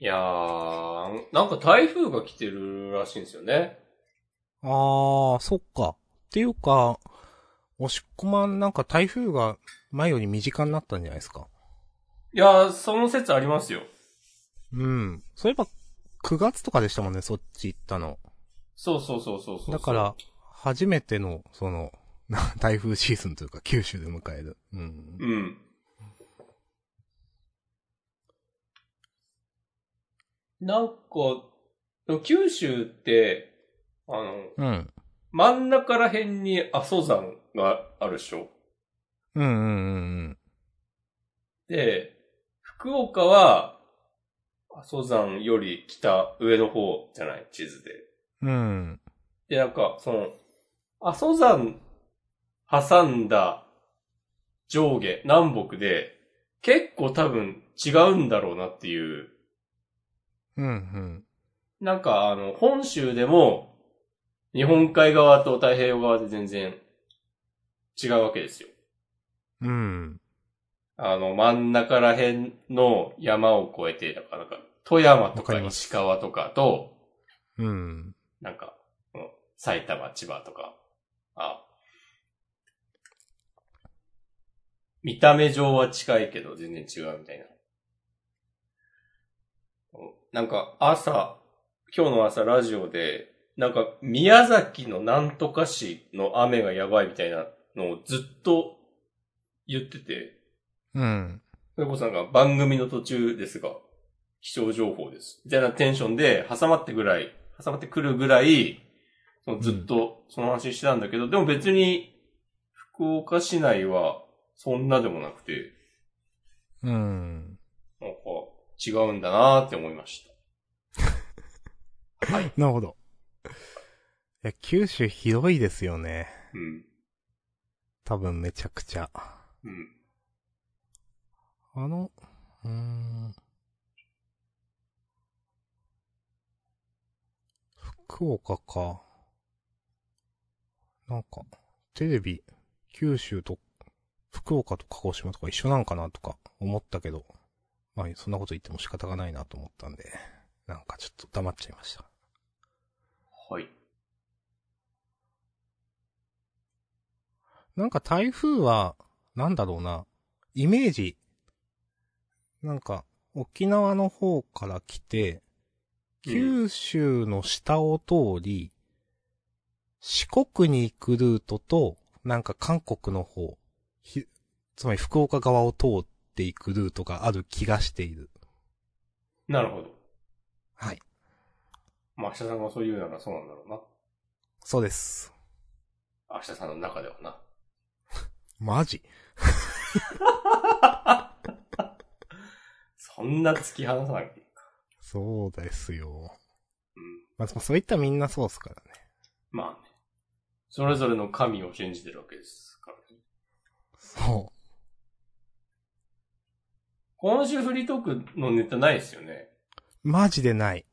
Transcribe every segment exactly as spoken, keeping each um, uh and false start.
いやー、なんか台風が来てるらしいんですよね。 あー、そっか。っていうか、押し込まんなんか台風が前より身近になったんじゃないですか。 いやー、その説ありますよ。 うん。そういえば、くがつとかでしたもんね、そっち行ったの。 そうそうそうそうそうそう。 だから、初めての、その、台風シーズンというか、九州で迎える。うん。 うん。なんか、九州って、あの、 うん。 真ん中ら辺に阿蘇山があるでしょ。 うんうんうんで、福岡は阿蘇山より北上の方じゃない、地図で。 うん。うん。 で、なんか、その、阿蘇山挟んだ上下、南北で、結構多分違うんだろうなっていう。 うんうん。 なんか、あの、本州でも、日本海側と太平洋側で全然違うわけですよ。 うん。 あの、真ん中ら辺の山を越えて、だからなんか、富山わかとか石ります。 川とかと、 うん。 なんか、埼玉、千葉とか、あ、見た目上は近いけど全然違うみたいな。なんか朝、今日の朝ラジオで、なんか宮崎のなんとか市の雨がやばいみたいなのをずっと言ってて、 うん。 それこそなんか番組の途中ですが、気象情報です。みたいなテンションで挟まってぐらい、挟まってくるぐらい、そのずっうん。 とその話してたんだけど、でも別に福岡市内はそんなでもなくて、 うん。 なんか違うんだなーって思いました。はい。 なるほど。いや、九州広いですよね。 うん。 多分めちゃくちゃ。 うん。 あの、うーん、福岡か。なんか、テレビ、九州と、福岡と鹿児島とか一緒なんかなとか思ったけど、まあそんなこと言っても仕方がないなと思ったんで、なんかちょっと黙っちゃいました。 はい。 なんか台風は、なんだろうな、イメージ、なんか、沖縄の方から来て、 うん。 九州の下を通り、四国に行くルートと、なんか韓国の方、ひつまり福岡側を通っていくルートがある気がしている。 なるほど。 はい。 まあ、明日さんがそう言うならそうなんだろうな。 そうです。 明日さんの中ではな。 マジそんな突き放さなきゃいいか。 そうですよ。 うん。 まあ、そういったみんなそうっすからね。 まあね。それぞれの神を信じてるわけですからね。 そ今週フリートークのネタないですよね。 う。マジでない。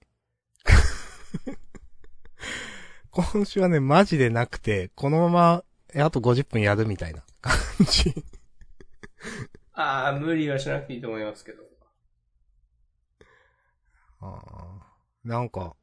今週はね、マジでなくて、このまま、え、あとごじゅっぷんやるみたいな感じ。 ああ、無理はしなくていいと思いますけど。 あーなんか、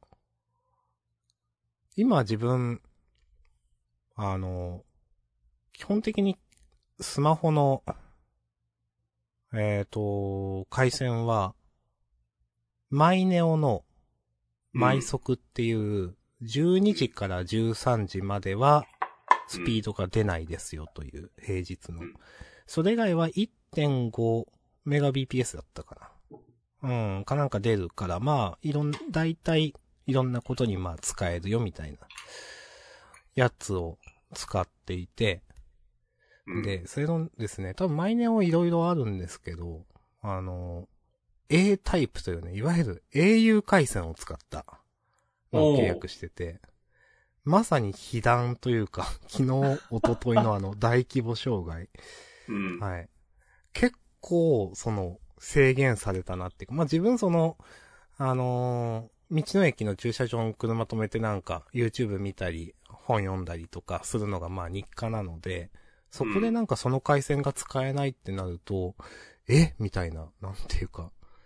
今自分、あの、基本的にスマホの、えっと、回線は、マイネオのうん。 毎速っていう、じゅうにじからじゅうさんじまでは、スうん。 ピードが出ないですよという、平日の。 うん。 それ以外はいってんごメガビーピーエス だったかな。うん、かなんか出るから、まあ、いろん、大体、いろんなことにまあ使えるよみたいな、やつを使っていて、 うん。 で、それのですね、多分マイネオいろいろあるんですけど、あの、A タイプというね、いわゆる エーユー 回線を使ったのを契おー。 約してて、まさに被弾というか、昨日、一昨日のあの大規模障害。 うん。 はい。結構、その、制限されたなっていうか、まあ、自分その、あのー道の駅の駐車場に車止めてなんか YouTube 見たり、本読んだりとかするのがまあ日課なので、そこでうん。 なんかその回線が使えないってなると、えみたいな、なんていうか、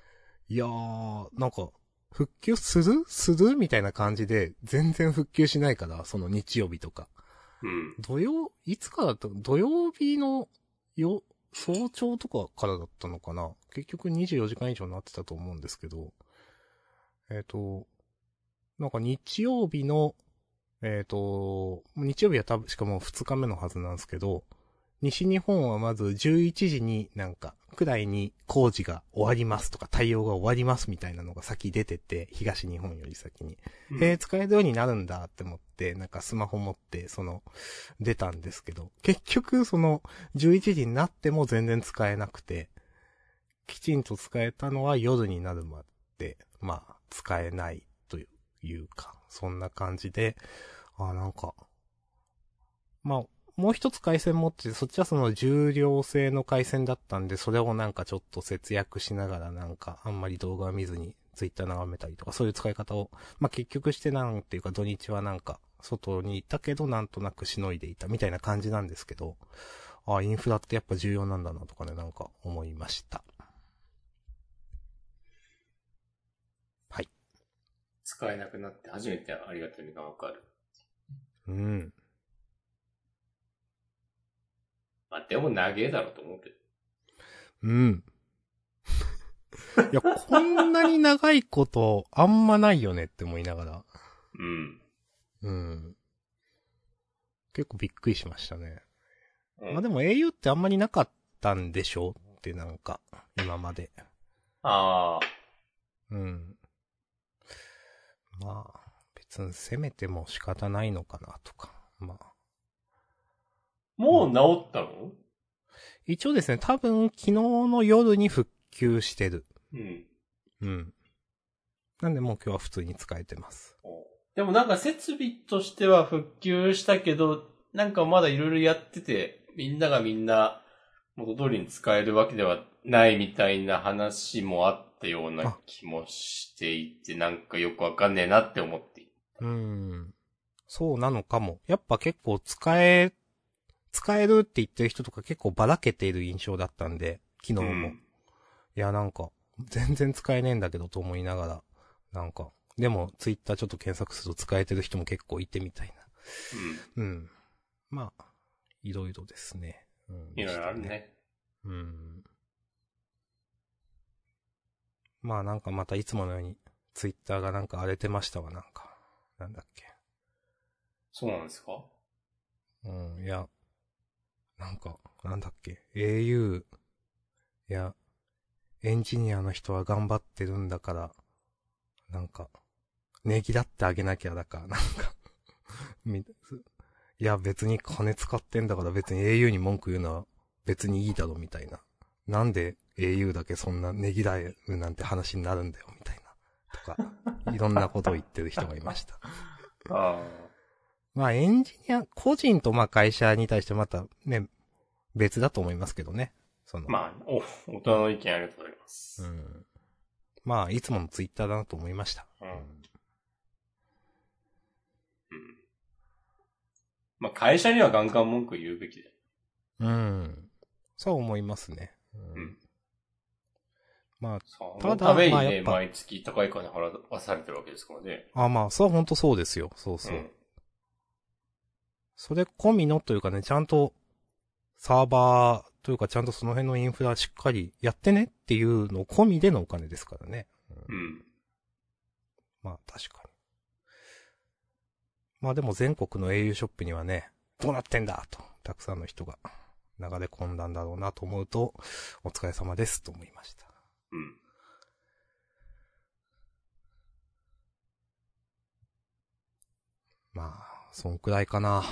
いやー、なんか、復旧するするみたいな感じで、全然復旧しないから、その日曜日とか。 うん。 土曜、いつからだった土曜日の、よ、早朝とかからだったのかな。結局にじゅうよじかん以上になってたと思うんですけど、えっ、と、なんか日曜日の、えっ、と、日曜日は多分、しかもふつかめのはずなんですけど、西日本はまずじゅういちじになんか、くらいに工事が終わりますとか対応が終わりますみたいなのが先出てて、東日本より先に。へえ、 うん。 使えるようになるんだって思って、なんかスマホ持って、その、出たんですけど、結局その、じゅういちじになっても全然使えなくて、きちんと使えたのは夜になるまで、まあ、使えないというか、そんな感じで、あ、なんか、まあ、もう一つ回線持ってて、そっちはその重量製の回線だったんで、それをなんかちょっと節約しながらなんか、あんまり動画を見ずにツイッター眺めたりとか、そういう使い方を、まあ結局してなんていうか土日はなんか、外にいたけどなんとなくしのいでいたみたいな感じなんですけど、あ、インフラってやっぱ重要なんだなとかね、なんか思いました。はい。 使えなくなって初めてありがたみがわかる。 うん。 まあ、でも長えだろうと思うけど。 うん。いや、こんなに長いことあんまないよねって思いながら。 うん。 うん。結構びっくりしましたね。 うん。 まあでも au ってあんまりなかったんでしょってなんか、今まで。 ああ。 うん。まあ、別に攻めても仕方ないのかなとか。まあ。まあ。 もう治ったの？ 一応ですね、多分昨日の夜に復旧してる。 うん。 うん。なんでもう今日は普通に使えてます。 でもなんか設備としては復旧したけど、なんかまだいろいろやってて、みんながみんな元通りに使えるわけではないみたいな話もあったようなあ、 気もしていて、なんかよくわかんねえなって思っている。 うーん。そうなのかも。やっぱ結構使え、使えるって言ってる人とか結構ばらけている印象だったんで、昨日も。 うん。 いや、なんか、全然使えねえんだけどと思いながら、なんか、でも、ツイッターちょっと検索すると使えてる人も結構いてみたいうん。 な。うん。まあ、いろいろですね。うん。 いろいろあるね。 ね。 うん。まあなんかまたいつものように、ツイッターがなんか荒れてましたわ、なんか。なんだっけ。 そうなんですか？ うん、いや、なんか、なんだっけ。au、いや、エンジニアの人は頑張ってるんだから、なんか、ネギだってあげなきゃだか、なんかみ、いや別に金使ってんだから別に au に文句言うのは別にいいだろみたいな。なんで au だけそんなネギだよなんて話になるんだよみたいな。とか、いろんなことを言ってる人がいました。 あまあエンジニア、個人とまあ会社に対してまたね、別だと思いますけどね。その、 あ。まあ、お、大人の意見ありがとうございまうす。 ん。まあいつものツイッターだなと思いました。 うん。 うん、 うん。まあ、会社にはガンガン文句言うべきだよ。 うん。そう思いますね。うん。 うん。 まあ、 そのたただ、 めにね、 まあやっぱ、 毎月高い金払わされてるわけですからね。 あ、まあ、そう、ほんとそうですよ。そうそう。 うん。 それ込みのというかね、ちゃんと、サーバーというかちゃんとその辺のインフラしっかりやってねっていうの込みでのお金ですからね。うん、 うん。 まあ、確かに。まあでも全国の au ショップにはね、どうなってんだと、たくさんの人が流れ込んだんだろうなと思うと、お疲れ様ですと思いました。 うん。 まあ、そんくらいかな。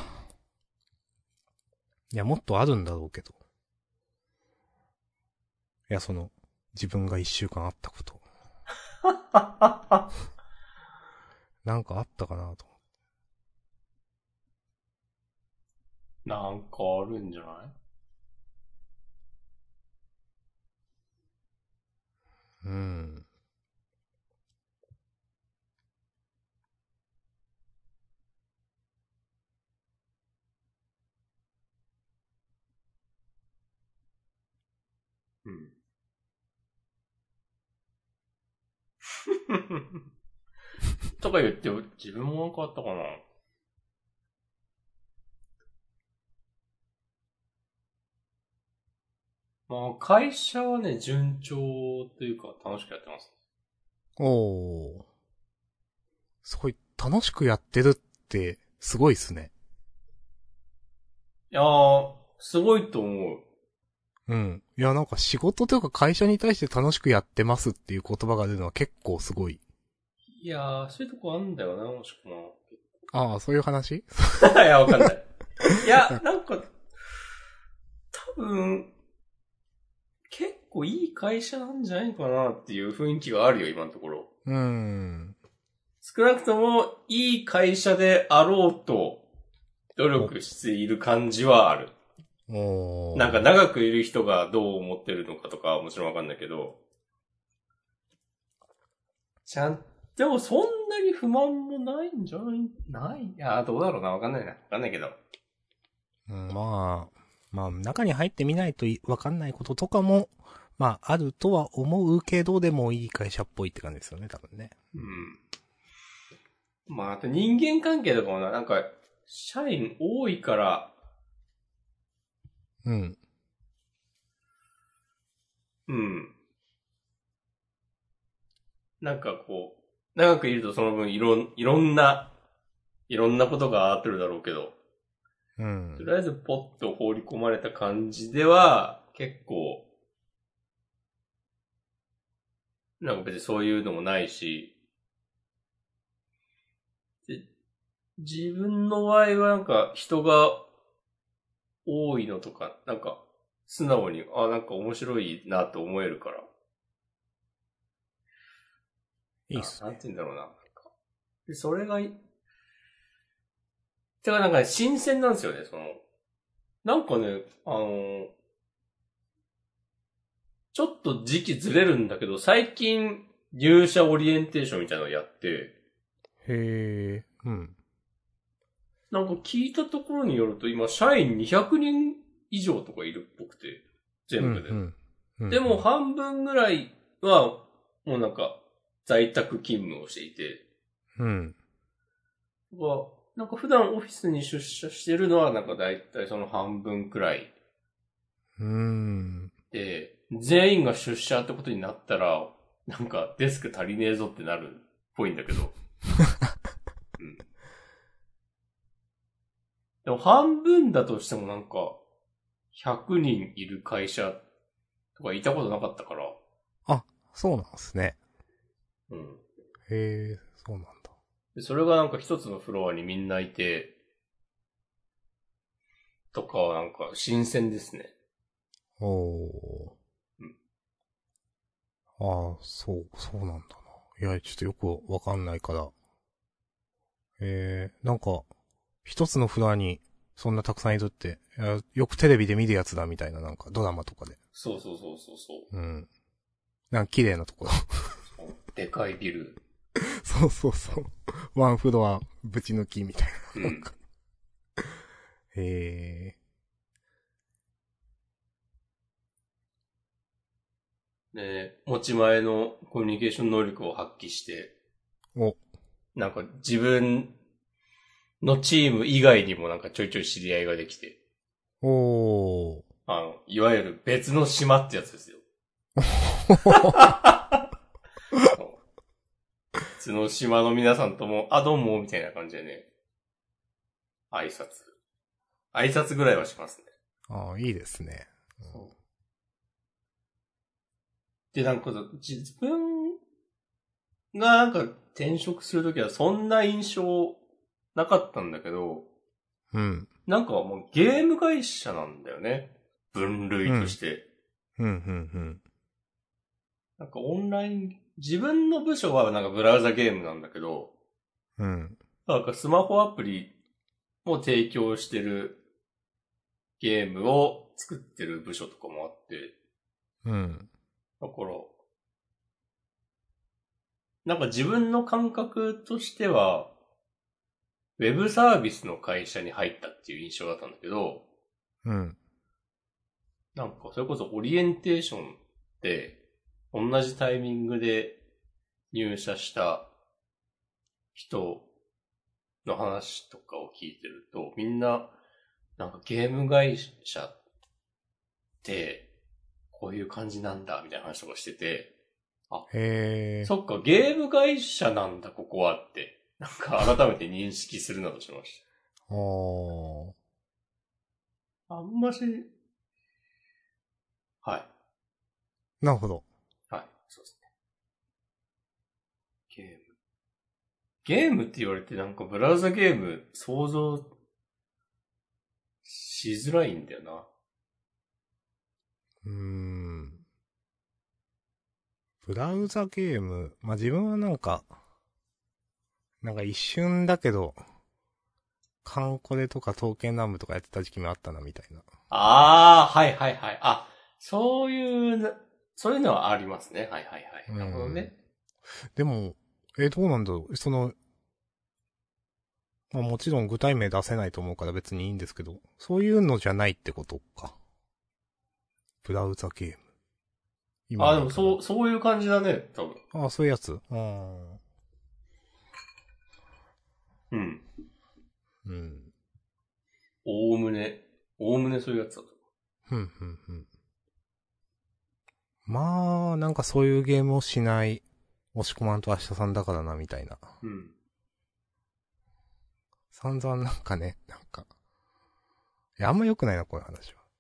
いや、もっとあるんだろうけど。いや、その、自分が一週間あったこと。なんかあったかなと。 なんかあるんじゃない？ うん。 うん。 とか言って、自分もなんかあったかな。まあ、会社はね、順調というか楽しくやってます。 おー。すごい、楽しくやってるって、すごいっすね。 いやー、すごいと思う。 うん。いや、なんか仕事というか会社に対して楽しくやってますっていう言葉が出るのは結構すごい。 いやー、そういうとこあんだよな、もしくああ、そういう話は。いや、わかんない。いや、なんか、多分、結構いい会社なんじゃないかなっていう雰囲気があるよ、今のところ。 うーん。 少なくとも、いい会社であろうと、努力している感じはある。 おー。 なんか長くいる人がどう思ってるのかとかはもちろんわかんないけど、ちゃん、でもそんなに不満もないんじゃないないいや、どうだろうな、わかんないな。わかんないけど。 うん、まあ、まあ、中に入ってみないとわかんないこととかも、まあ、あるとは思うけど、でもいい会社っぽいって感じですよね、多分ね。 うん。まあ、あと人間関係とかもな、なんか、社員多いから、 うん。 うん。なんかこう、長くいるとその分いろん、いろんな、いろんなことがあってるだろうけど、 うん。 とりあえずポッと放り込まれた感じでは、結構、なんか別にそういうのもないし、で自分の場合はなんか人が多いのとか、なんか素直に、あ、なんか面白いなと思えるから。な、 いいっすね。 なんて言うんだろうな。なんかで、それがい、てかなんかね、新鮮なんですよね、その。なんかね、あの、ちょっと時期ずれるんだけど、最近入社オリエンテーションみたいなのをやって、 へえ、うん。 なんか聞いたところによると今社員にひゃくにん以上とかいるっぽくて、 うん、 全部で。 うん。うん、 でも半分ぐらいはもうなんか在宅勤務をしていて、 うん。 はなんか普段オフィスに出社してるのはなんかだいたいその半分くらいうーん。 で、全員が出社ってことになったら、なんかデスク足りねえぞってなるっぽいんだけど。うん、でも半分だとしてもなんか、ひゃくにんいる会社とかいたことなかったから。 あ、そうなんですね。 うん。 へえ、そうなんだ。 で、それがなんか一つのフロアにみんないて、とかはなんか新鮮ですね。 おー。 うん。 ああ、そう、そうなんだな。いや、ちょっとよくわかんないから。えー、なんか、一つのフロアにそんなたくさんいるって、いやよくテレビで見るやつだみたいな、なんかドラマとかで。 そうそうそうそうそう。 うん。なんか綺麗なところ。 でかいビル。 そうそうそう。ワンフロアぶち抜きみたいな。なんうん。 かへで、持ち前のコミュニケーション能力を発揮して、 ー。お、 なんか自分のチーム以外にもなんかちょいちょい知り合いができて、 おー。 あの、いわゆる別の島ってやつですよ。別の島の皆さんとも、あ、どうも、みたいな感じでね、挨拶。挨拶ぐらいはしますね。 ああ、いいですね。 そうで、なんか、自分がなんか転職するときはそんな印象なかったんだけど、 うん。 なんかもうゲーム会社なんだよね。分類として。 うん、うん、うん。 なんかオンライン、自分の部署はなんかブラウザゲームなんだけど、 うん。 なんかスマホアプリを提供してるゲームを作ってる部署とかもあって、 うん。 だから、なんか自分の感覚としては、ウェブサービスの会社に入ったっていう印象だったんだけど、 うん。 なんかそれこそオリエンテーションって同じタイミングで入社した人の話とかを聞いてると、みんな、なんかゲーム会社って、こういう感じなんだ、みたいな話とかしてて、あ、 へー。 そっか、ゲーム会社なんだ、ここはって、なんか改めて認識するなどしましおー。 た。あんまし、はい。 なるほど。 はい、そうですね。ゲーム。ゲームって言われてなんかブラウザゲーム想像しづらいんだよな。 うーん。ブラウザゲーム。まあ、自分はなんか、なんか一瞬だけど、カンコレとか刀剣乱舞とかやってた時期もあったな、みたいな。 ああ、はいはいはい。あ、そういうな、そういうのはありますね。はいはいはい。なるほどね。 でも、え、どうなんだろう。その、まあもちろん具体名出せないと思うから別にいいんですけど、そういうのじゃないってことか。ブラウザゲーム。今あ、での言い方もそう、そういう感じだね、多分。 ああ、そういうやつああ。 うん。 うん。 おおむね、おおむねそういうやつだと。 ふんふんふん。まあ、なんかそういうゲームをしない、押し込まんと明日さんだからな、みたいな。 うん。 散々なんかね、なんか。いや、あんま良くないな、こういう話は。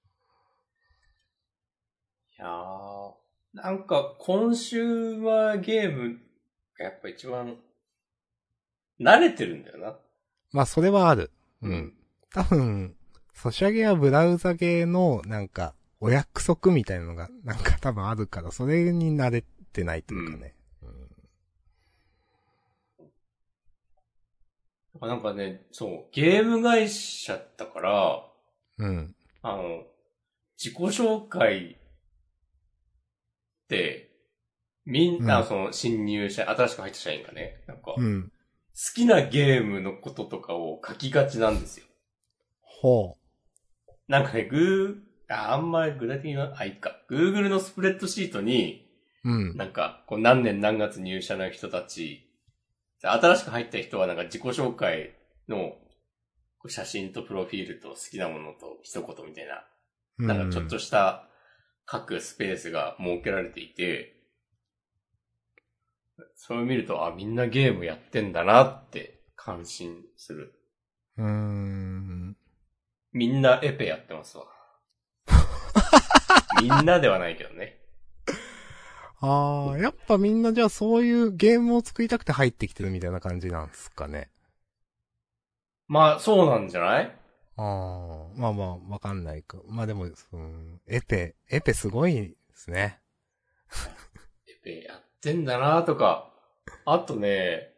いやー、なんか今週はゲームがやっぱ一番慣れてるんだよな。 まあ、それはある。ううん。 ん。多分、ソシャゲはブラウザゲーの、なんか、お約束みたいなのが、なんか多分あるから、それに慣れてないというかね。 なんかね、そう、ゲーム会社だから、 うん。うん。 あの、自己紹介って、みんな、 うん。 その新入社、新しく入った社員がね、なんか、好うん。 きなゲームのこととかを書きがちなんですよ。 ほなんかね、グー、あ、あんまり具体的な、あ、いいか。Google のスプレッドシートに、 う。うん。 なんか、こう何年何月入社の人たち、新しく入った人はなんか自己紹介の写真とプロフィールと好きなものと一言みたいな、 うん。 なんかちょっとした書くスペースが設けられていて、それを見ると、あ、みんなゲームやってんだなって感心する。 うーん。 みんなエペやってますわ。みんなではないけどね。 ああ、やっぱみんなじゃあそういうゲームを作りたくて入ってきてるみたいな感じなんすかね。 まあ、そうなんじゃない？ ああ、まあまあ、わかんないか。まあでも、うん、エペ、エペすごいですね。 エペやってんだなとか。あとね、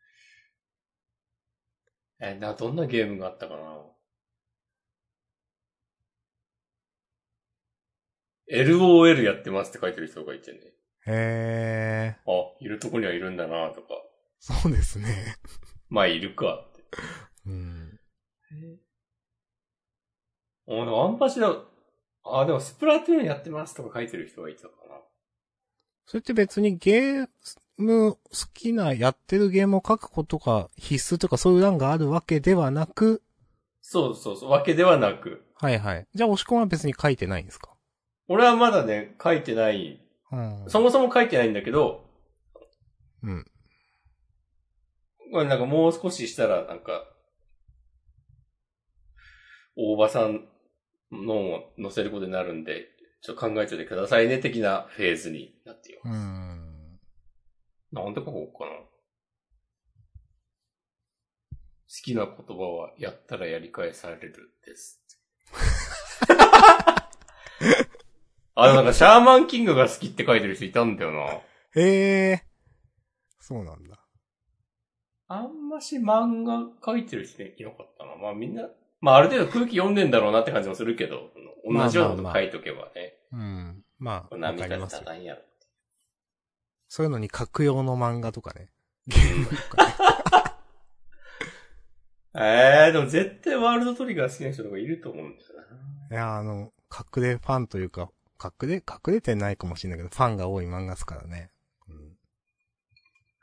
え、な、どんなゲームがあったかな。エルオーエル やってますって書いてる人がいてね。 へえ、 あ、いるとこにはいるんだなとか。 そうですね。 まあ、いるかって。 うん。 あ、でもアンパシだ。あ、でもスプラトゥーンやってますとか書いてる人がいたかな。 それって別にゲーム好きなやってるゲームを書くことが必須とかそういう欄があるわけではなく、 そうそうそう、わけではなく。 はいはい。じゃあ押し込まは別に書いてないんですか？ 俺はまだね、書いてない。 うん。 そもそも書いてないんだけど、 うん。 これなんかもう少ししたら、なんか、大場さんのを載せることになるんで、ちょっと考えておいてくださいね、的なフェーズになっていうます。 ん。 なんで書こうかな。好きな言葉は、やったらやり返されるです。あ、なんかシャーマンキングが好きって書いてる人いたんだよな。 へえ、そうなんだ。 あんまし漫画書いてる人いなかったな。まあみんな、まあある程度空気読んでんだろうなって感じもするけど、同じようなこと書いとけばね。 うん。まあ、わ波風かりますよ。 立たんやろ。 そういうのに書く用の漫画とかね。ゲームとかね。 ええー、でも絶対ワールドトリガー好きな人とかいると思うんだよいや、あの、隠れファンというか、隠れ、隠れてないかもしれないけど、ファンが多い漫画ですからね。うん、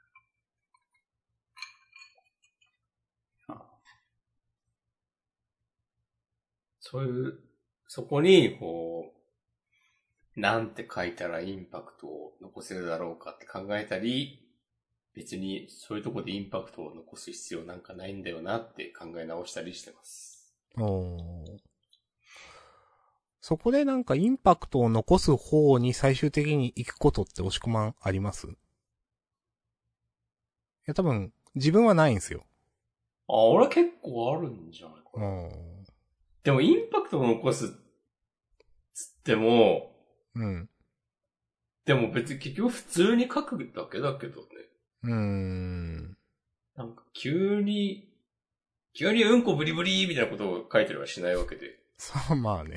そういう、そこに、こう、なんて書いたらインパクトを残せるだろうかって考えたり、別にそういうとこでインパクトを残す必要なんかないんだよなって考え直したりしてます。 おー。そこでなんかインパクトを残す方に最終的に行くことって押し込まんあります？いや多分、自分はないんですよ。 あ、俺は結構あるんじゃないかな。でもインパクトを残すっつっても、 うん。 でも別に結局普通に書くだけだけどね。 うーん。 なんか急に、急にうんこブリブリみたいなことを書いてればしないわけで。 そう、まあね。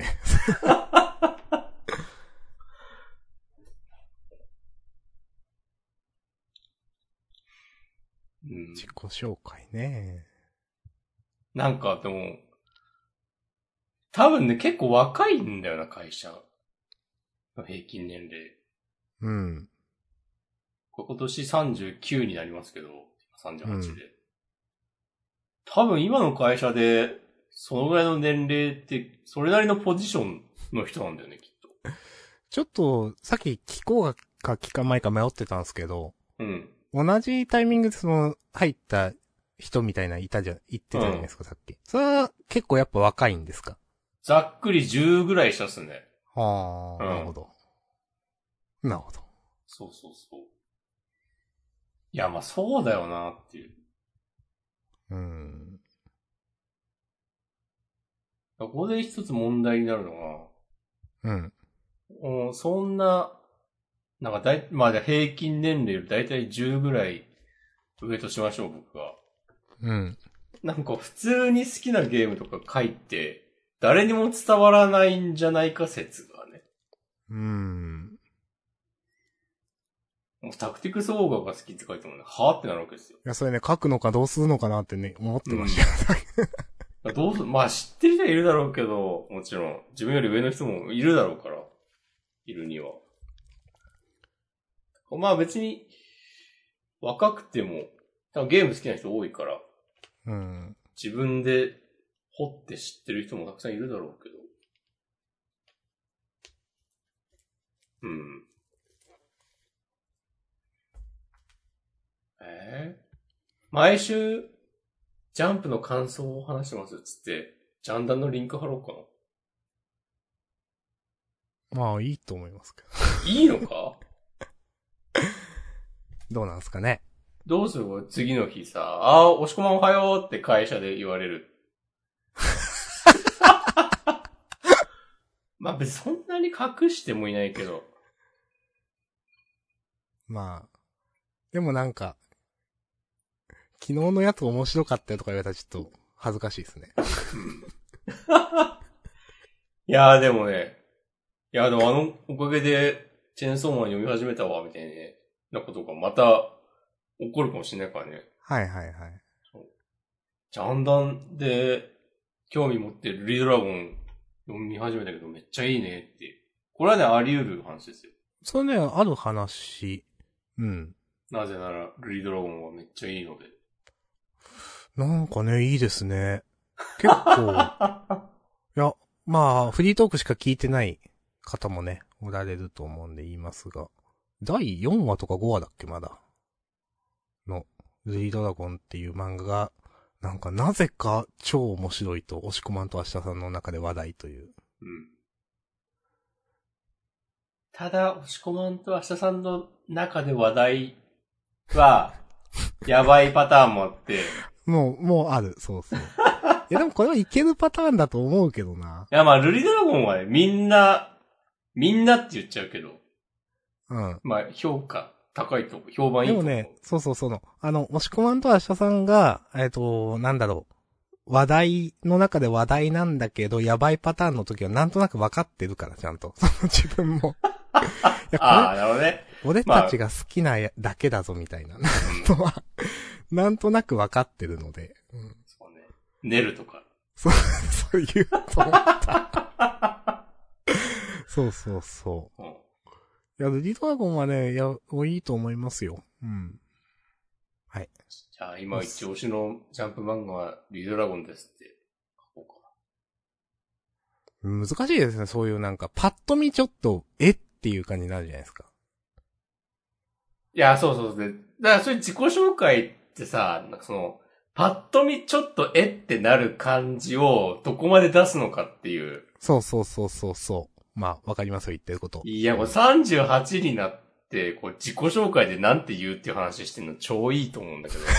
うん、 自己紹介ね。 なんかでも、多分ね、結構若いんだよな、会社の平均年齢。 うん。 今年さんじゅうきゅうになりますけど、さんじゅうはちで。うん、多分今の会社で、そのぐらいの年齢って、それなりのポジションの人なんだよね、きっと。 ちょっと、さっき聞こうか聞かないか迷ってたんですけど、 うん。 同じタイミングでその、入った人みたいないたじゃ、言ってたじゃないですか、うん、さっき。それは結構やっぱ若いんですか？ ざっくりじゅうぐらいしたっすね。 はあ、うん、なるほど。なるほど。 そうそうそう。いや、まあそうだよなっていう。 うん。 ここで一つ問題になるのが、 うん。 うん、そんな、なんかだい、まあ平均年齢よりだいたいじゅうぐらい上としましょう、僕は。 うん。 なんか普通に好きなゲームとか書いて、誰にも伝わらないんじゃないか説がね。 うーん。 もうタクティクスオーガーが好きって書いてもね、はぁってなるわけですよ。 いや、それね、書くのかどうするのかなってね、思ってましたよ。 うん、どうす、まあ知ってる人はいるだろうけど、もちろん、自分より上の人もいるだろうから、いるには。まあ別に、若くても、多分ゲーム好きな人多いから、 うん。 自分で掘って知ってる人もたくさんいるだろうけど。うん。えー、毎週、ジャンプの感想を話してますっつって、ジャンダンのリンク貼ろうかな。まあ、いいと思いますけど。いいのかどうなんすかね。 どうする次の日さ、ああ、押し込まんおはようって会社で言われる。まあ別にそんなに隠してもいないけど。 まあ。でもなんか、昨日のやつ面白かったよとか言われたらちょっと恥ずかしいですね。 うん、いやーでもね、いやでもあのおかげでチェーンソーマン読み始めたわ、みたいなことがまた起こるかもしれないからね。 はいはいはい。 ジャンダンで興味持ってるリードラゴン読み始めたけどめっちゃいいねって。これはね、あり得る話ですよ。 それね、ある話。うん。 なぜなら、ルリードラゴンはめっちゃいいので。 なんかね、いいですね。結構、いや、まあ、フリートークしか聞いてない方もね、おられると思うんで言いますが、だいよんわとかごわだっけ、まだ。の、ルリードラゴンっていう漫画が、なんかなぜか超面白いと、押し込まんと明日さんの中で話題という。 うん。ただ、押し込まんと明日さんの中で話題は、やばいパターンもあって。 もう、もうある、そうそう。いやでもこれはいけるパターンだと思うけどな。 いやまあ、ルリドラゴンはね、みんな、みんなって言っちゃうけど。 うん。 まあ、評価高いと思う。評判いいと思う。 でもね、そうそうそうの。あの、押し込まんと明日さんが、えっと、なんだろう。話題の中で話題なんだけど、やばいパターンの時はなんとなく分かってるから、ちゃんと。その自分も。いやああ、なるほどね。 俺たちが好きなだけだぞ、みたいな。なんとは、なんとなく分かってるので。うん、 そうね。寝るとか。 そう、そう言うと思った。そうそうそう。うん、いや、ルディドラゴンはね、いや、いいと思いますよ。うん。はい。 じゃあ、今一押しのジャンプ漫画はリードラゴンですって書こうか難しいですね、そういうなんか、パッと見ちょっと、えっていう感じになるじゃないですか。 いや、そうそうそう。だからそういう自己紹介ってさ、なんかその、パッと見ちょっとえってなる感じをどこまで出すのかっていう。 そうそうそうそうそう。まあ、わかりますよ、言ってること。 いや、もうさんじゅうはちになって、こう自己紹介でなんて言うっていう話してるの超いいと思うんだけど。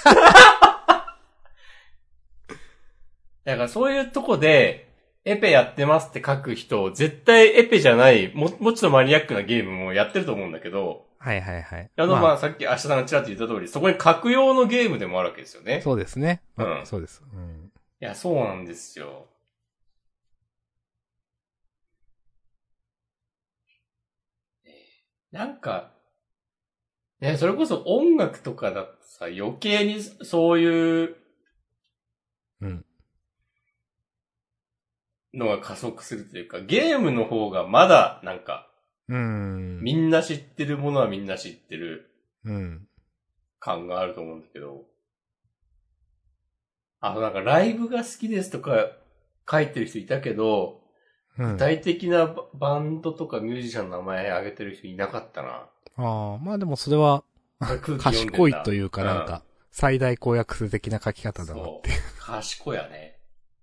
だからそういうとこで、エペやってますって書く人、絶対エペじゃない、も、もうちょっとマニアックなゲームもやってると思うんだけど、 はいはいはい。 あの、まあ、 まあ、 さっき明日さんがちらっと言った通り、そこに書く用のゲームでもあるわけですよね。 そうですね。 うん。 そうです。うん。 いや、そうなんですよ。なんか、ね、それこそ音楽とかだとさ、余計にそういううん。 のが加速するというか、ゲームの方がまだなんか、 うーん。 みんな知ってるものはみんな知ってるうん。 感があると思うんだけど、あとなんかライブが好きですとか書いてる人いたけど、 うん。 具体的なババンドとかミュージシャンの名前挙げてる人いなかったな。 ああ、まあでもそれは、 空気読んでんだ賢いというかなんか、 うん、 最大公約数的な書き方だなっていう。 賢やね。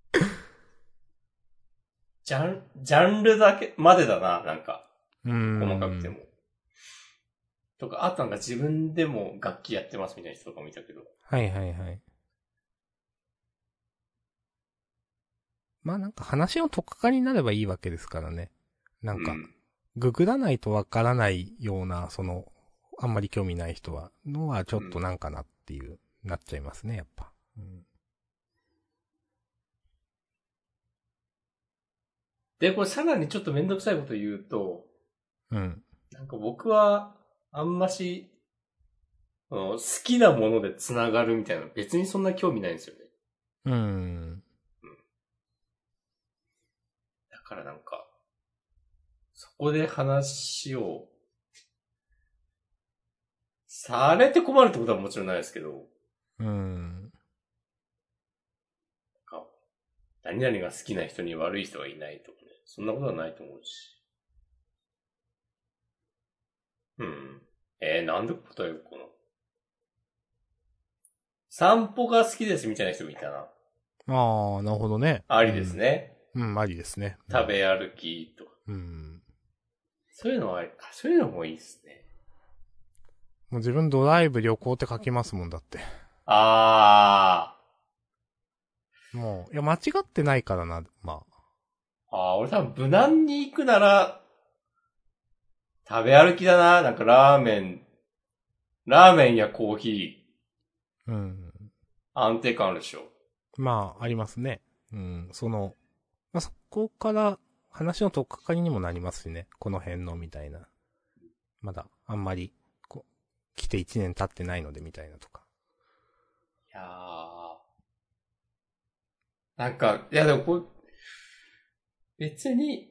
ジャン、ジャンルだけまでだな、なんか。 うーん。 細かくても。とか、あとなんか自分でも楽器やってますみたいな人とかもいたけど。 はいはいはい。まあなんか話のとっかかりになればいいわけですからね。なんか、 うん、 ググらないとわからないような、その、あんまり興味ない人は、のはちょっとなんかなっていう、うん、なっちゃいますね、やっぱ。うん、 で、これさらにちょっとめんどくさいこと言うと、 うん。 なんか僕は、あんまし、好きなもので繋がるみたいな、別にそんな興味ないんですよね。 うーん。 だからなんか、そこで話を、されて困るってことはもちろんないですけど、 うーん。 なんか何々が好きな人に悪い人がいないとかね、そんなことはないと思うし。うん。えー、なんで答えようかな。散歩が好きですみたいな人もいたな。 ああ、なるほどね。 ありですね。 うん、うん、ありですね。うん、 食べ歩きとか。 うん。 そういうのはあり、そういうのもいいですね。 もう自分ドライブ旅行って書きますもんだって。 あもう、いや、間違ってないからな、まあ。ああ、俺多分無難に行くなら、食べ歩きだな。なんかラーメン、ラーメンやコーヒあ。うん。 ー、安定感あるでしょ。 まあ、ありますね。うん、その、まあ、そこから話のとっかかりにもなりますしね。この辺のみたいな。まだ、あんまり、こう、来て一年経ってないのでみたいなとか。 いやー。なんか、いやでもこう、別に、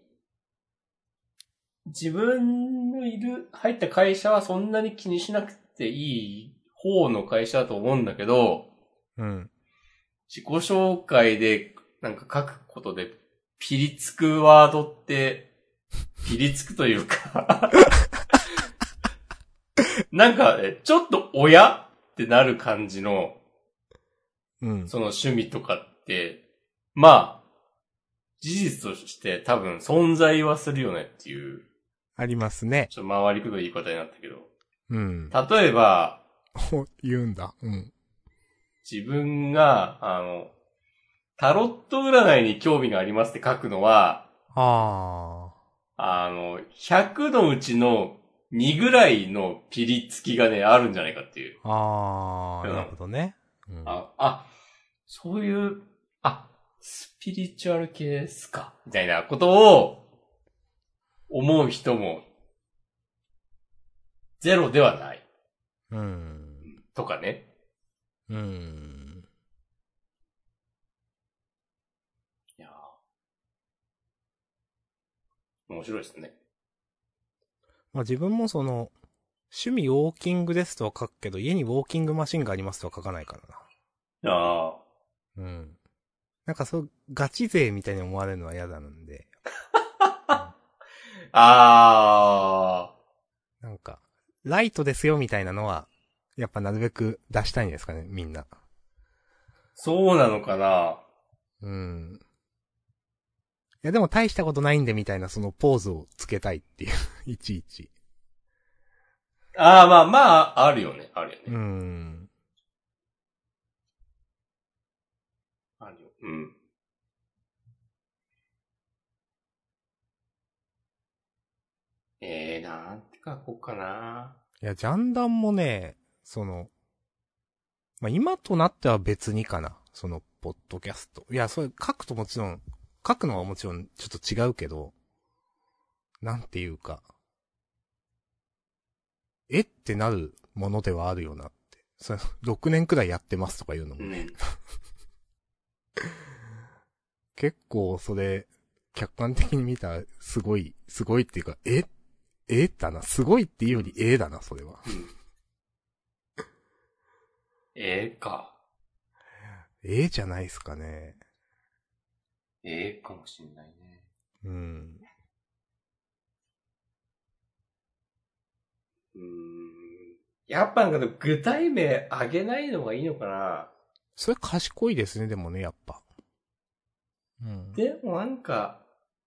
自分のいる、入った会社はそんなに気にしなくていい方の会社だと思うんだけど、 うん。 自己紹介でなんか書くことでピリつくワードって、ピリつくというかなんか、ね、ちょっと親ってなる感じの、 うん。 その趣味とかって、まあ、事実として多分存在はするよねっていう。 ありますね。 ちょっと回りくどい言い方になったけど。 うん。 例えば、 お、言うんだ。うん。 自分が、あの、タロット占いに興味がありますって書くのは、 ああの、ひゃくのうちのにぐらいのピリつきがね、あるんじゃないかっていう。 あ。ああ、 うんなるほどね。うん。 あ、あ、そういう、あ、スピリチュアル系ですかみたいなことを思う人もゼロではない。 うん。 とかね。 うん。 いやー面白いですね。 まあ自分もその、趣味ウォーキングですとは書くけど、家にウォーキングマシンがありますとは書かないからな。 ああ。 うん。なんかそう、ガチ勢みたいに思われるのは嫌だなんで、やっあなんか、ライトですよみたいなのは、やっぱなるべく出したいんですかね、みんな。 ー、そうなのかな。 うん。いやでも大したことないんでみたいなそのポーズをつけたいっていう、いちいち。 ああ、まあまあ、あるよね、あるようね。 ん。 あるよ。うん。えー、なんて書こうかな。 いや、ジャンダンもね、その、まあ、今となっては別にかな。その、ポッドキャスト。いや、それ書くともちろん、書くのはもちろんちょっと違うけど、なんていうか、えってなるものではあるよなって。それ、ろくねんくらいやってますとか言うのもね。 うん。 結構それ、客観的に見たら、すごい、すごいっていうか、ええだな。すごいっていうよりええだな、それは。 うん。ええか。 ええじゃないですかね。 ええかもしんないね。 うん。 うーん。やっぱなんか具体名あげないのがいいのかな。 それ賢いですね、でもね、やっぱ。うん。 でもなんか、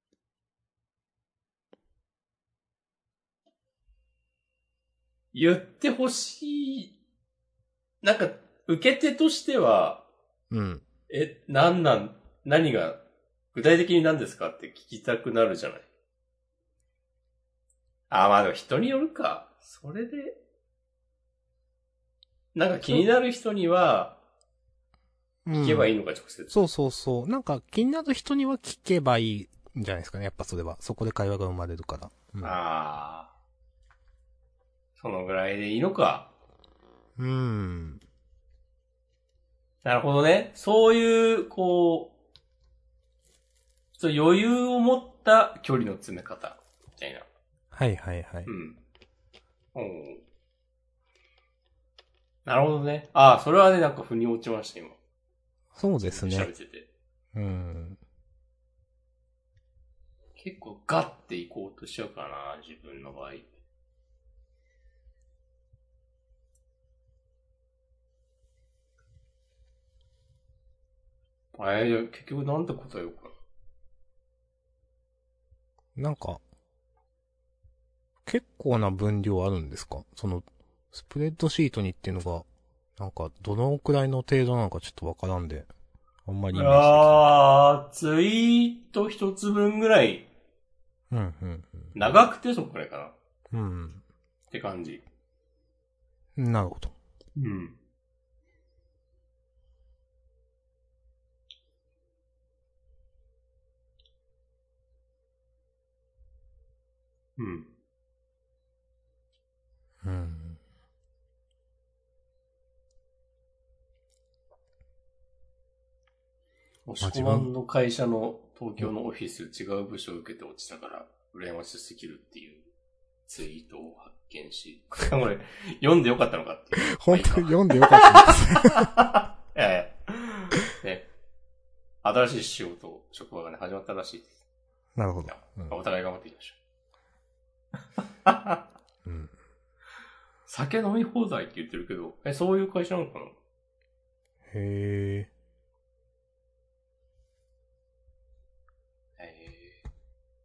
言ってほしい。なんか、受け手としては、 うん。 え、なんなん、何が、具体的に何ですかって聞きたくなるじゃない。あ、まあでも人によるか。それで、なんか気になる人には、聞けばいいのか、直接。 そうそうそう。なんか気になる人には聞けばいいんじゃないですかね。やっぱそれは。そこで会話が生まれるから。うん。 ああ。そのぐらいでいいのか。 うーん。 なるほどね。そういう、こう、ちょっと余裕を持った距離の詰め方。みたいな。 はいはいはい。 うん。おーなるほどね。ああ、それはね、なんか腑に落ちました、今。 そうですね。 喋ってて。 うん。 結構ガッていこうとしちゃうかな、自分の場合。あれ、じゃあ結局なんて答えようかなんか、結構な分量あるんですか？その、スプレッドシートにっていうのが、なんか、どのくらいの程度なのかちょっとわからんで、あんまりイな。 メージできない。 あー、ツイート一つ分ぐらい、 うん、うん、 長くてそこくらいかな。っうん。 て感じ。 うん。なるほど。 うん。うん。 うん。 押し込ままあ自分、 んの会社の東お、 京のオフィス違う部署を受けて落ちたから、羨ましすぎるっていうツイートを発見し、これ読んでよかったのかっていう。 本当にま読んでよかったです。 あいいかいやいや。ね。新しい仕事、職場がね、始まったらしいです。 なるほど。 いやうん。 お互い頑張っていきましょう。 うん。 酒飲み放題って言ってるけど、え、そういう会社なのかな？ へえ。 えー、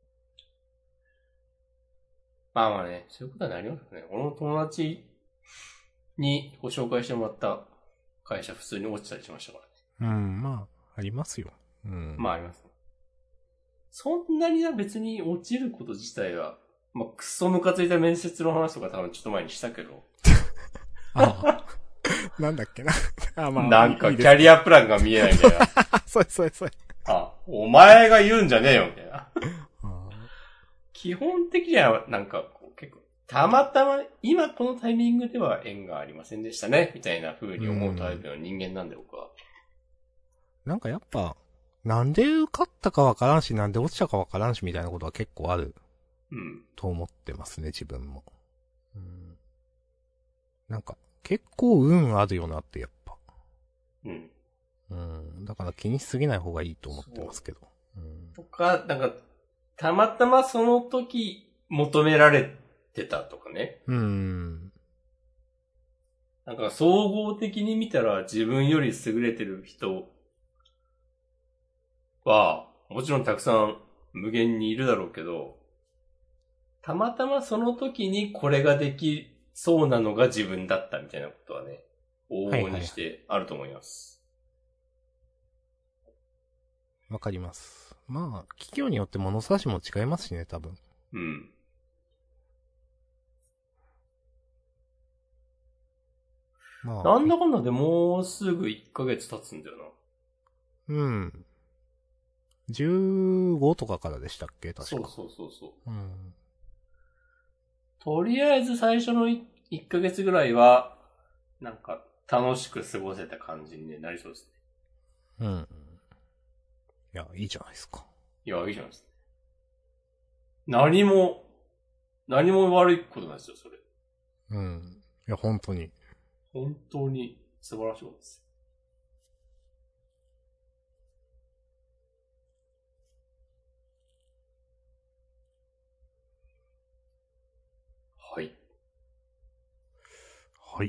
まあまあね、そういうことはなりますね。俺の友達にご紹介してもらった会社普通に落ちたりしましたからね。 うん、まあ、ありますよ。うん。 まああります。そんなに別に落ちること自体は、まあクソムカついた面接の話とか多分ちょっと前にしたけど。 ああ。なんだっけな。あ、まあ。 なんかいいですキャリアプランが見えないみたいな。 そうそうそう。 あ、お前が言うんじゃねえよみたいな。 あ基本的にはなんかこう結構、たまたま今このタイミングでは縁がありませんでしたね、みたいな風に思うタイプの人間なんで僕は。 なんかやっぱ、なんで受かったかわからんし、なんで落ちたかわからんしみたいなことは結構あるうん。 と思ってますね、自分も。うん、なんか、結構運あるよなってやっぱ。 うん。 うん。だから気にしすぎない方がいいと思ってますけど。うん。 とか、なんか、 たまたまその時求められてたとかね。 うーん。 なんか総合的に見たら自分より優れてる人は、もちろんたくさん無限にいるだろうけど、たまたまその時にこれができそうなのが自分だったみたいなことはね、往々にしてあると思います。 わかります。まあ、企業によって物差しも違いますしね、多分。 うん。 まあ。 なんだかんだでもうすぐいっかげつ経つんだよな。 うん。じゅうごとかからでしたっけ確か。 そうそうそうそう。 うん。 とりあえず最初のいっかげつぐらいは、なんか楽しく過ごせた感じになりそうですね。うん。いや、いいじゃないですか。 いや、いいじゃないですか。何も、何も悪いことないですよ、それ。 うん。いや、本当に。 本当に素晴らしいことです。はい。 はい。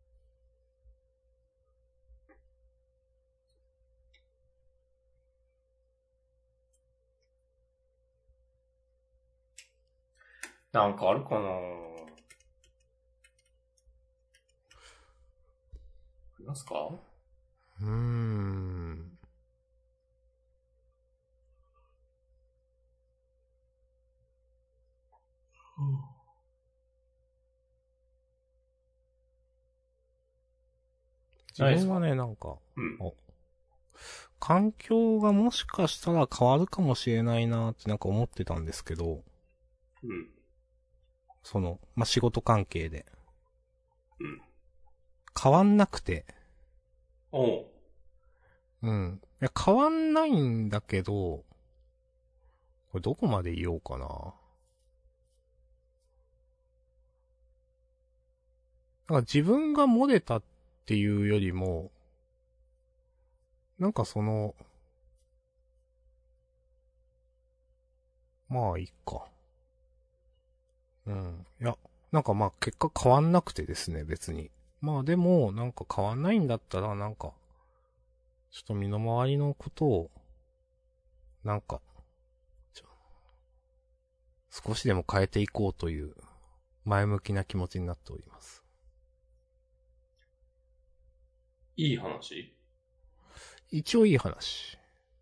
なんかあるかなありますか？ うーん。 うん、 自分はね、なんか、 うん、 お環境がもしかしたら変わるかもしれないなってなんか思ってたんですけど、 うん、 その、まあ、仕事関係で。 うん。 変わんなくて。 おう。 うん。いや、変わんないんだけど、これどこまで言おうかな。なんか自分が漏れたっていうよりも、なんかその、まあいいか。うん。いや、なんかまあ結果変わんなくてですね、別に。まあでも、なんか変わんないんだったら、なんか、ちょっと身の回りのことを、なんか、少しでも変えていこうという、前向きな気持ちになっております。 いい話？ 一応いい話。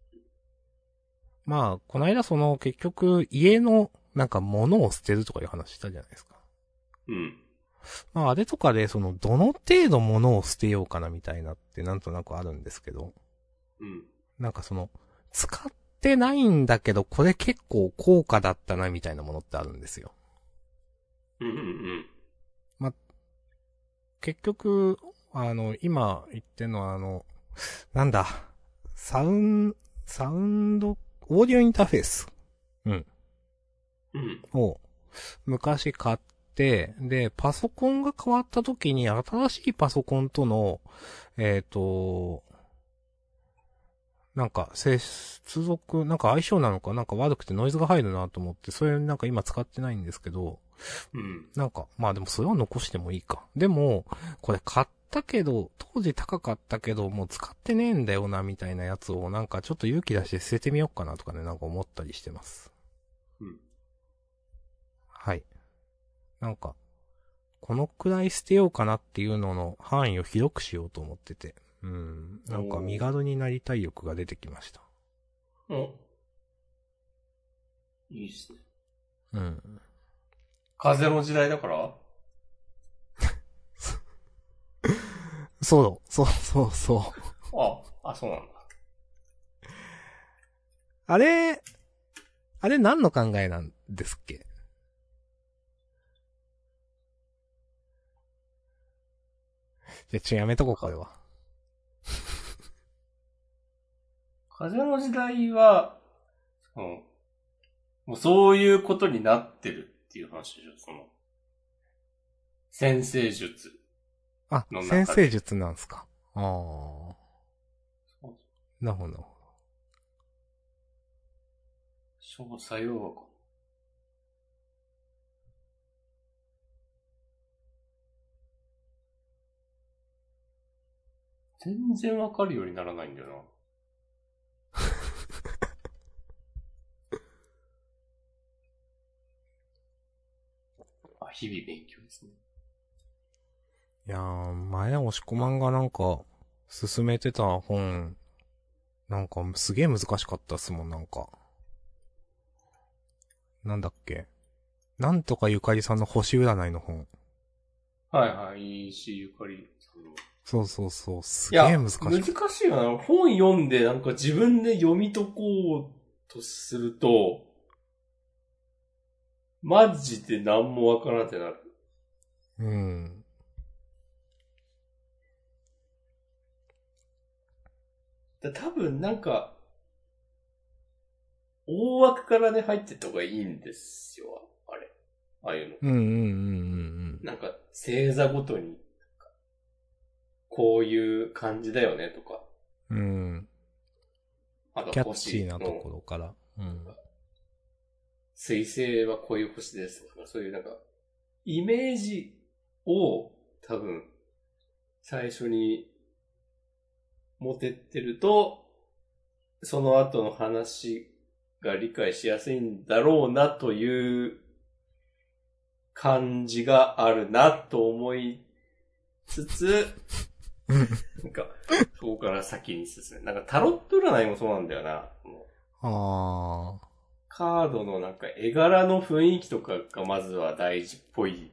まあ、この間その結局家のなんか物を捨てるとかいう話したじゃないですか。 うん。 まああれとかでそのどの程度物を捨てようかなみたいなってなんとなくあるんですけど。 うん。 なんかその、使ってないんだけどこれ結構高価だったなみたいなものってあるんですよ。 うんうんうん。 まあ、結局、あの、今言ってんのはあの、なんだ、サウン、サウンド、オーディオインターフェース。うん。 うん。 を、昔買って、で、パソコンが変わった時に新しいパソコンとの、えっ、と、なんか、接続、なんか相性なのかなんか悪くてノイズが入るなと思って、それなんか今使ってないんですけど、 うん。 なんか、まあでもそれは残してもいいか。でも、これ買ったけど、当時高かったけど、もう使ってねえんだよな、みたいなやつを、なんかちょっと勇気出して捨ててみようかなとかね、なんか思ったりしてます。 うん。 はい。なんか、このくらい捨てようかなっていうのの範囲を広くしようと思ってて。うん。なんか身軽になりたい欲が出てきました。 お。いいっすね。 うん。 風の時代だからそう、そう、そう、そう。 あ、あ、そうなんだ。 あれ、あれ何の考えなんですっけ？じゃ、ちょ、やめとこう、これは。 風の時代は、うん、もうそういうことになってるっていう話でしょ、その、先生術あ、 の中で。 先生術なんすか。ああ。なるほど。 超作用学。全然わかるようにならないんだよな。あ、日々勉強ですね。 いやー、前押し込まんがなんか、進めてた本、なんかすげえ難しかったっすもん、なんか。なんだっけ。なんとかゆかりさんの星占いの本。 はいはい、石井ゆかりさんの。 そうそうそう、すいや、 げえ難しかった。 難しいよな。本読んでなんか自分で読み解こうとすると、マジで何もわからんってなる。 うん。 だ多分なんか、大枠からね入ってった方がいいんですよ、あれ。ああいうの。 うんうんうんうんなんか、星座ごとに、こういう感じだよねとか。 うん。うん。 あとキャッチー星なとこの、 ろから。うん。 水星はこういう星ですとか、そういうなんか、イメージを多分、最初に持てってると、その後の話が理解しやすいんだろうなという感じがあるなと思いつつ、なんか、そこから先に進む。なんかタロット占いもそうなんだよな。 ああ。 カードのなんか絵柄の雰囲気とかがまずは大事っぽい。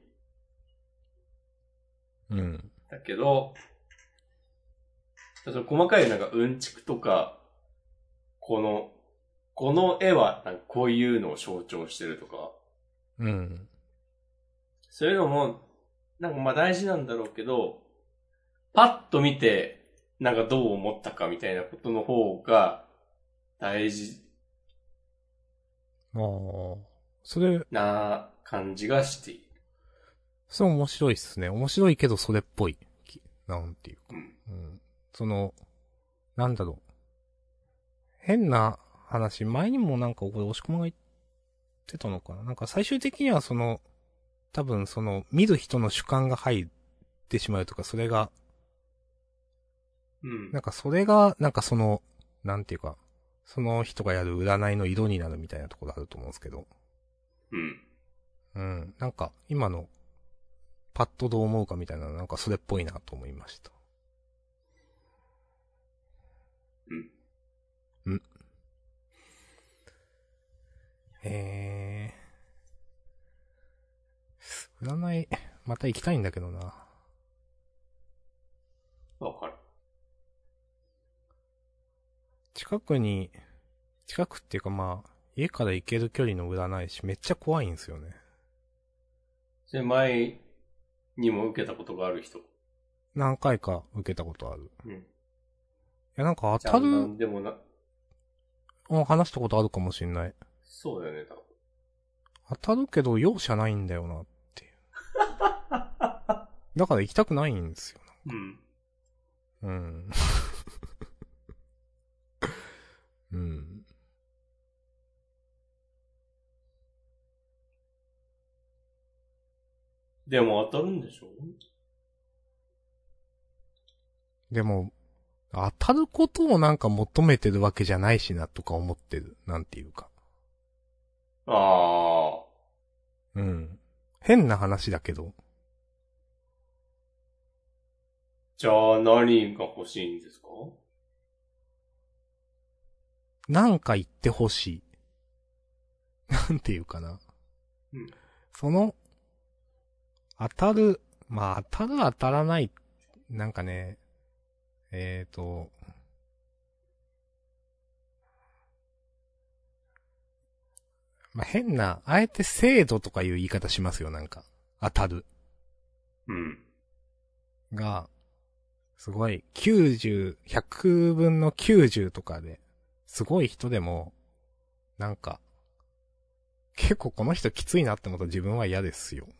うん。 だけど、ちょっと細かいなんかうんちくとか、この、この絵はなんかこういうのを象徴してるとか、 うん。 そういうのも、なんかまあ大事なんだろうけど、パッと見て、なんかどう思ったかみたいなことの方が大事ああ。それ、 な感じがしている。 それ面白いっすね。面白いけどそれっぽい。きなんていうか。 うん。 うん。その、なんだろう。変な話、前にもなんかこれ押し込まが言ってたのかな。なんか最終的にはその、多分その、見る人の主観が入ってしまうとか、それが、 うん。 なんかそれが、なんかその、なんていうか、その人がやる占いの色になるみたいなところあると思うんですけど。 うん。 うん。なんか、今の、パッとどう思うかみたいな、なんかそれっぽいなと思いました。 うん。 んえー。占い、また行きたいんだけどな。 わかる。 近くに、近くっていうかまあ、家から行ける距離の占い師めっちゃ怖いんですよね。 それ前にも受けたことがある人。 何回か受けたことある。 うん。 いやなんかじゃあ当たる、 なんでもな、 うん話したことあるかもしんない。 そうだよね、多分。 当たるけど容赦ないんだよなっていう。だから行きたくないんですよ。 うん。 うん。うん。 でも当たるんでしょ？ でも、当たることをなんか求めてるわけじゃないしなとか思ってる。なんていうか。 ああ。 うん。変な話だけど。 じゃあ何が欲しいんですか？ なんか言ってほしい。なんていうかな。 うん。 その、当たる、まあ当たる当たらない、なんかね、えーと、まあ変な、あえて精度とかいう言い方しますよ、なんか。当たる。 うん。 が、すごい、きゅうじゅう、ひゃくぶんのきゅうじゅうとかで、すごい人でも、なんか、結構この人きついなって思ったら自分は嫌ですよ。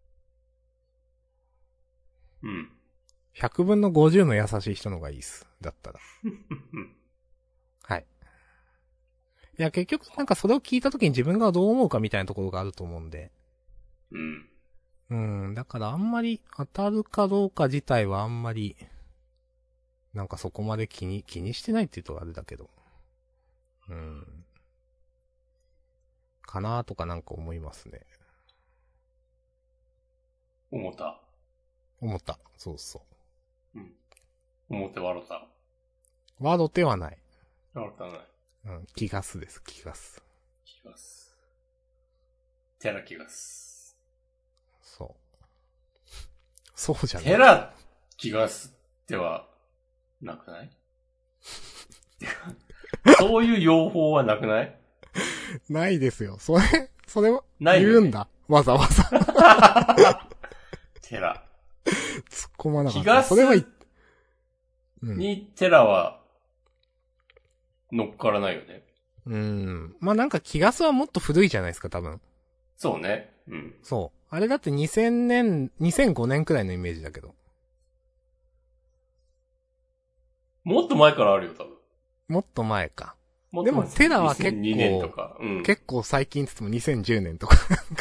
うん。 ひゃくぶんのごじゅうの優しい人の方がいいっす。だったら。はい。 いや、結局なんかそれを聞いた時に自分がどう思うかみたいなところがあると思うんで。 うん。 うん、だからあんまり当たるかどうか自体はあんまり、なんかそこまで気に、気にしてないって言うとあれだけど。うん。かなーとかなんか思いますね。 思った。 思った。そうそうん。思って笑った。 う。ワードではない。 笑ったない。 うん、気がすです、気がす。 気がす。てな気がす。 そう。そうじゃない。 てら気がすっては、なくないそういう用法はなくないないですよ。それ、それは、 ないよね言うんだ。わざわざ。 テラ。 突っ込まなかった。 気がすそれは、うん。 にテラは乗っからないよね。 うん。まあ、なんか気がすはもっと古いじゃないですか、多分。 そうね。うん。 そう。あれだってにせんねん、にせんごねんくらいのイメージだけど。 もっと前からあるよ、多分。 もっと前か。 もっと前でも、テラは結構、 にせんにねんとか。うん。 結構最近って言ってもにせんじゅうねんとか。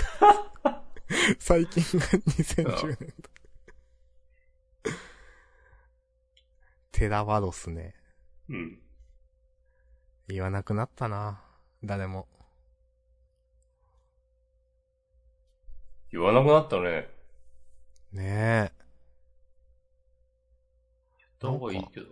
最近がにせんじゅうねんとか。テラワロスね。 うん。 言わなくなったな。誰も。 言わなくなったね。 ねえ。 言った方がいいけど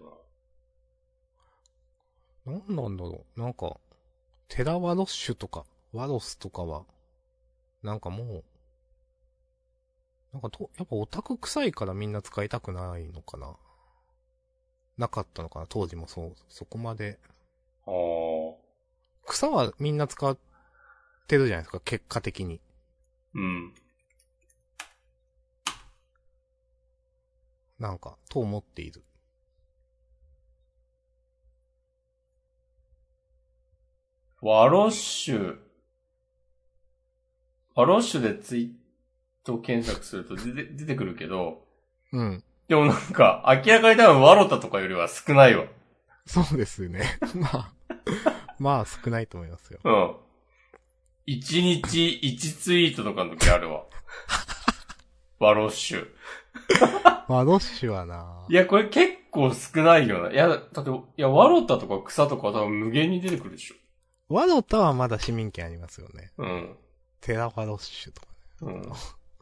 な。 なんなんだろう。なんか、テラワロッシュとか、ワロスとかは、なんかもう、なんかと、やっぱオタク臭いからみんな使いたくないのかな。なかったのかな、当時もそう、そこまで。 ああ。 草はみんな使ってるじゃないですか、結果的に。 うん。 なんか、と思っている。 ワロッシュ。ワロッシュでツイート検索すると出て出てくるけど、 うん。 でもなんか、明らかに多分ワロタとかよりは少ないわ。 そうですよね。まあ、まあ少ないと思いますよ。 うん。一日一ツイートとかの時あるわ。ワロッシュ。 ワロッシュはないや、これ結構少ないよな。いや、だって、いや、ワロタとか草とか多分無限に出てくるでしょ。 ワロタはまだ市民権ありますよね。 うん。 テラワロッシュとかね。 うん。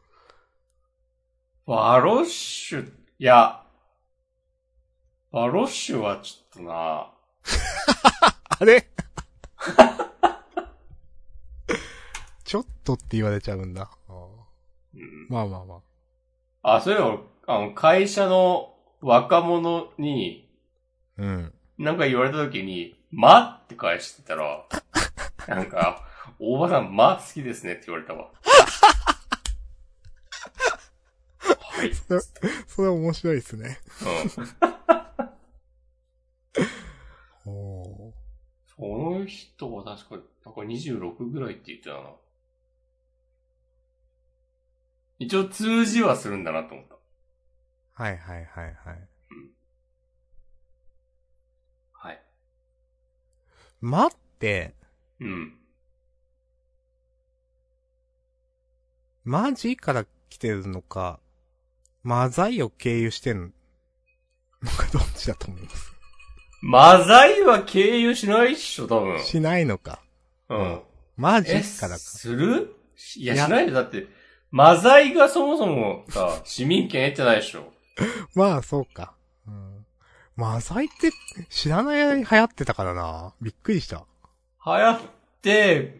ワロッシュ、いや、ワロッシュはちょっとな。 あれちょっとって言われちゃうんだ。あうん、 まあまあまあ。あ、そういうの、あの、会社の若者に、 あ。うん。 なんか言われた時に、まって返してたら、なんか、大場さん、ま好きですねって言われたわ。はい。 それ、それは面白いですね。 うん。 おー。 その人は確か、なんかにじゅうろくぐらいって言ってたな。一応通じはするんだなと思った。 はいはいはいはい。 うん。はい。 待って、 うん。 マジから来てるのか、マザイを経由してんのかどっちだと思います。 マザイは経由しないっしょ、多分。 しないのか。 うん。 マジえ、 からか。 するいや、 いやしないよ。だって、マザイがそもそもさ、市民権得てないでしょ。 まあ、そうか。うん。マザイって知らない間に流行ってたからな。びっくりした。 流行って、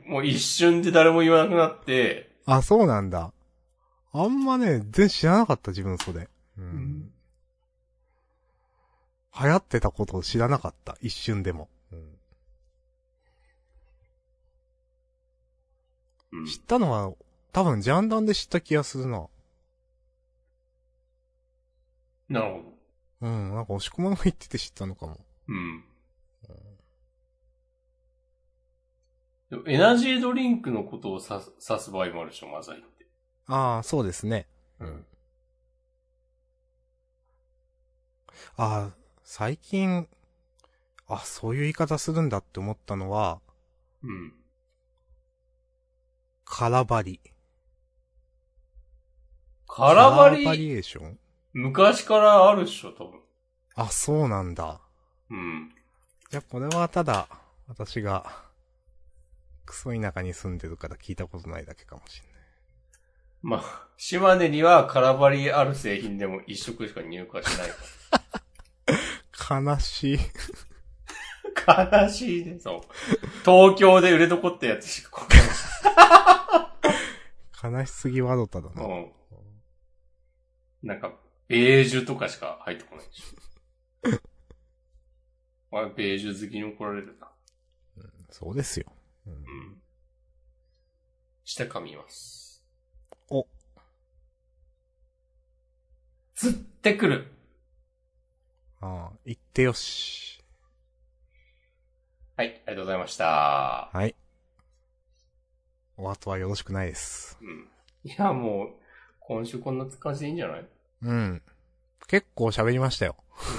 もう一瞬で誰も言わなくなって、 あ、そうなんだ。あんまね、全然知らなかった自分それ。うん。 うん、 流行ってたことを知らなかった。一瞬でも。うんうん、 知ったのは、多分ジャンダンで知った気がするな。 なるほど。 うん、なんか押し込まの言ってて知ったのかも。 うん。でもエナジードリンクのことを指す指す場合もあるでしょ、マザイって。 ああ、そうですね。 うん。 ああ、最近、あ、そういう言い方するんだって思ったのは、 うん。 カラバリ。 カラバカラバリリ、 エーション。 昔からあるっしょ、多分。 あ、そうなんだ。 うん。 じゃあこれはただ、私が、クソ田舎に住んでるから聞いたことないだけかもしれない。 まあ、島根にはカラバリある製品でも一色しか入荷しないか悲しい。 ら。悲しいね、そう。東京で売れ残ったやつしかこ悲しすぎワロタだな。 うん。なんか、ベージュとかしか入ってこないでしょ。あれ、ベージュ好きに怒られるな。 うん、そうですよ。うん。 うん。下噛みます。 お。 釣ってくる。 ああ、言ってよし。 はい、ありがとうございました。 はい。お後はよろしくないです。 うん。いや、もう、今週こんな感じでいいんじゃない？ うん。結構喋りましたよ。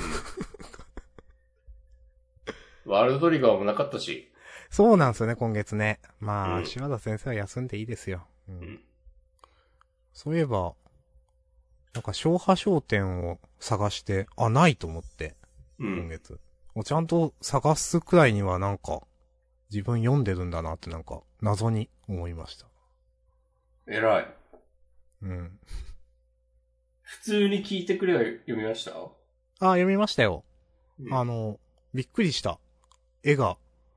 うん。ワールドトリガーもなかったし。 そうなんですよね、今月ね。まあ、 うん柴田先生は休んでいいですよ。うん。 うん。 そういえば、なんか、小波商店を探して、あ、ないと思って、 うん。 今月。をちゃんと探すくらいにはなんか、自分読んでるんだなってなんか、謎に思いました。 偉い。 うん。 普通に聞いてくれは読みました？ あ、読みましたよ。 うん。 あの、びっくりした。絵が、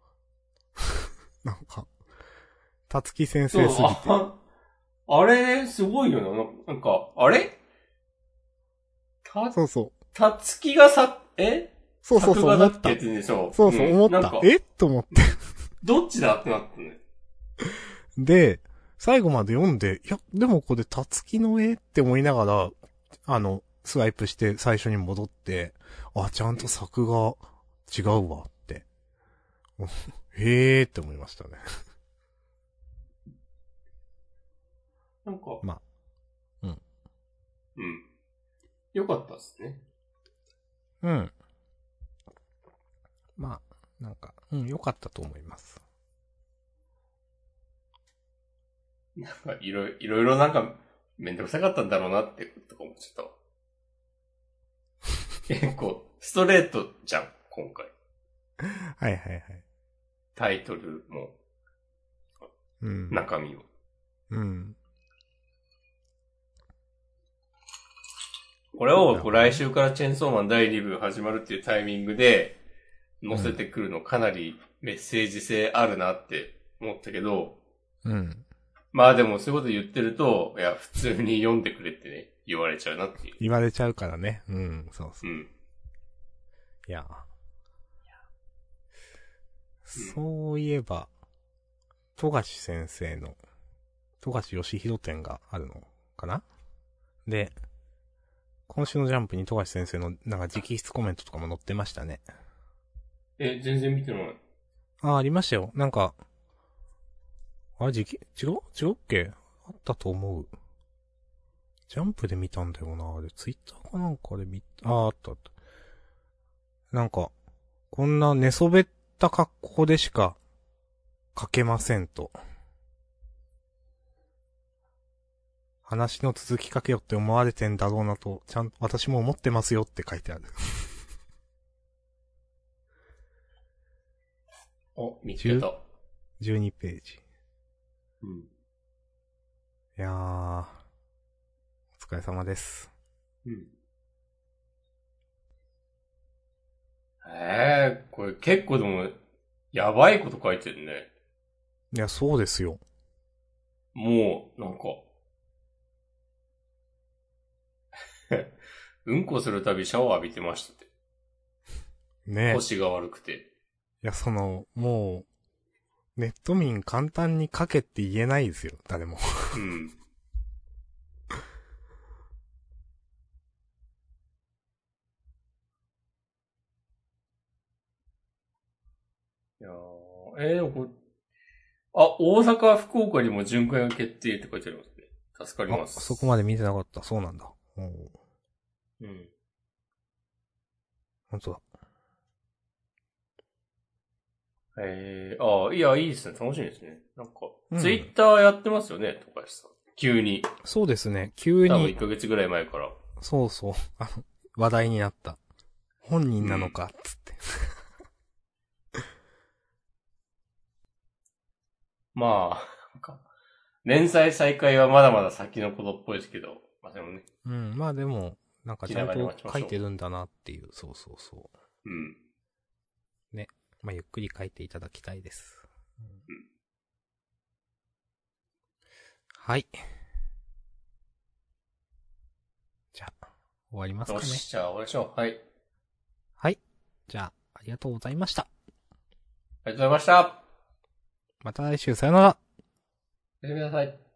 なんか、たつき先そう、 生すぎて。 あ、あれ、すごいよな。なんか、あれた、 そうそう。 たつきがさ、えそうそうそう、 作画だ思った。 っけってね、そう。 そうそう、 ん思った。 なんか、 えと思って。 どっちだってなったね。 で、最後まで読んで、いや、でもこれ、たつきの絵って思いながら、あの、スワイプして最初に戻って、あ、ちゃんと作画違うわって。へーって思いましたね。 なんか、 まあ、うん。 うん。よかったっすね。 うん。まあ、なんか、うん、良かったと思います。 なんか、いろいろ、いろいろなんか、めんどくさかったんだろうなって、とか思っちゃったわ。結構、ストレートじゃん、今回。 はいはいはい。 タイトルも、 うん。 中身も。 うん。 これを、こう来週からチェンソーマンだいに部始まるっていうタイミングで、載せてくるのかなりメッセージ性あるなって思ったけど、 うん。 まあでもそういうこと言ってると、いや、普通に読んでくれってね、言われちゃうなっていう。 言われちゃうからね。うん、そうそうう。 ん。 いや。そういえば、富樫先生の、富樫義弘展があるのかなで、今週のジャンプに富樫先生のなんか直筆コメントとかも載ってましたね。 え、全然見てない。 あ、ありましたよ。なんか、あれ、直、違う違うっけあったと思う。ジャンプで見たんだよな。あれ、ツイッターかなんかで見、あ、あったあった。なんか、こんな寝そべった格好でしか書けませんと。話の続きかけよって思われてんだろうなと、ちゃんと私も思ってますよって書いてある。 お、見つけた。 じゅうにページ。 うん。 いやー、お疲れ様です。 うん。ええー、これ結構でも、やばいこと書いてるね。 いや、そうですよ。 もう、なんか、うんこするたびシャワー浴びてましたって。 ね。 腰が悪くて。 いや、その、もう、ネット民簡単に書けって言えないですよ、誰も。 うん。いやーえー、でもこれ、あ、大阪、福岡にも巡回が決定って書いてありますね。助かりまあ、 す。 そこまで見てなかった。そうなんだ。おーうん。 ほんとだ。 えー、ああ、いや、いいですね。楽しみですね。なんか、 うんツイッターやってますよね、富樫さん。急に。 そうですね。急多分にいっ、かげつぐらい前から。 そうそう、あの、話題になった。本人なのうん。 か、つって。 まあ、なんか、連載再開はまだまだ先のことっぽいですけど、まあでもね、 うん、まあでも、なんか気長にちゃんと待ちましょ書いてるんだなっていう、そうそうそう。うん。 う。ね。まあゆっくり書いていただきたいです。 うん。 はい。じゃあ、終わりますかね。 よし、じゃあ終わりましょう。はい。ありはい。じゃあ、ありがとうございました。 がとうございました。 また来週さよなら。 おやすみなさい。